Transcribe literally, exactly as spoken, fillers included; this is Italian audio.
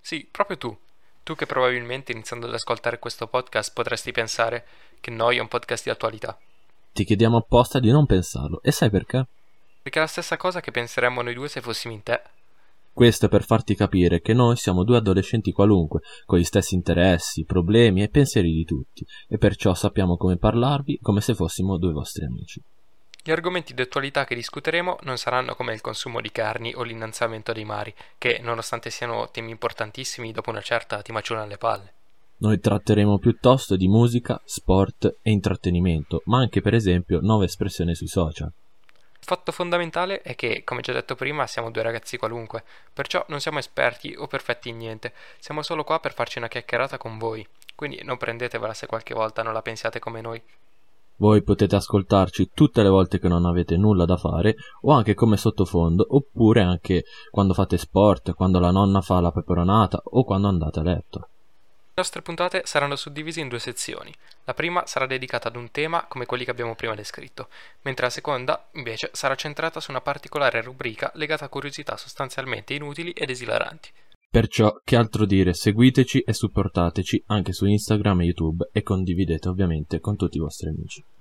Sì, proprio tu. Tu che probabilmente iniziando ad ascoltare questo podcast potresti pensare che noi è un podcast di attualità. Ti chiediamo apposta di non pensarlo, e sai perché? Perché è la stessa cosa che penseremmo noi due se fossimo in te. Questo è per farti capire che noi siamo due adolescenti qualunque, con gli stessi interessi, problemi e pensieri di tutti, e perciò sappiamo come parlarvi come se fossimo due vostri amici. Gli argomenti di attualità che discuteremo non saranno come il consumo di carni o l'innalzamento dei mari, che nonostante siano temi importantissimi, dopo una certa ti maciulano le palle. Noi tratteremo piuttosto di musica, sport e intrattenimento, ma anche per esempio nuove espressioni sui social. Il fatto fondamentale è che, come già detto prima, siamo due ragazzi qualunque, perciò non siamo esperti o perfetti in niente, siamo solo qua per farci una chiacchierata con voi, quindi non prendetevela se qualche volta non la pensiate come noi. Voi potete ascoltarci tutte le volte che non avete nulla da fare, o anche come sottofondo, oppure anche quando fate sport, quando la nonna fa la peperonata o quando andate a letto. Le nostre puntate saranno suddivise in due sezioni. La prima sarà dedicata ad un tema come quelli che abbiamo prima descritto, mentre la seconda, invece, sarà centrata su una particolare rubrica legata a curiosità sostanzialmente inutili ed esilaranti. Perciò, che altro dire, seguiteci e supportateci anche su Instagram e YouTube e condividete ovviamente con tutti i vostri amici.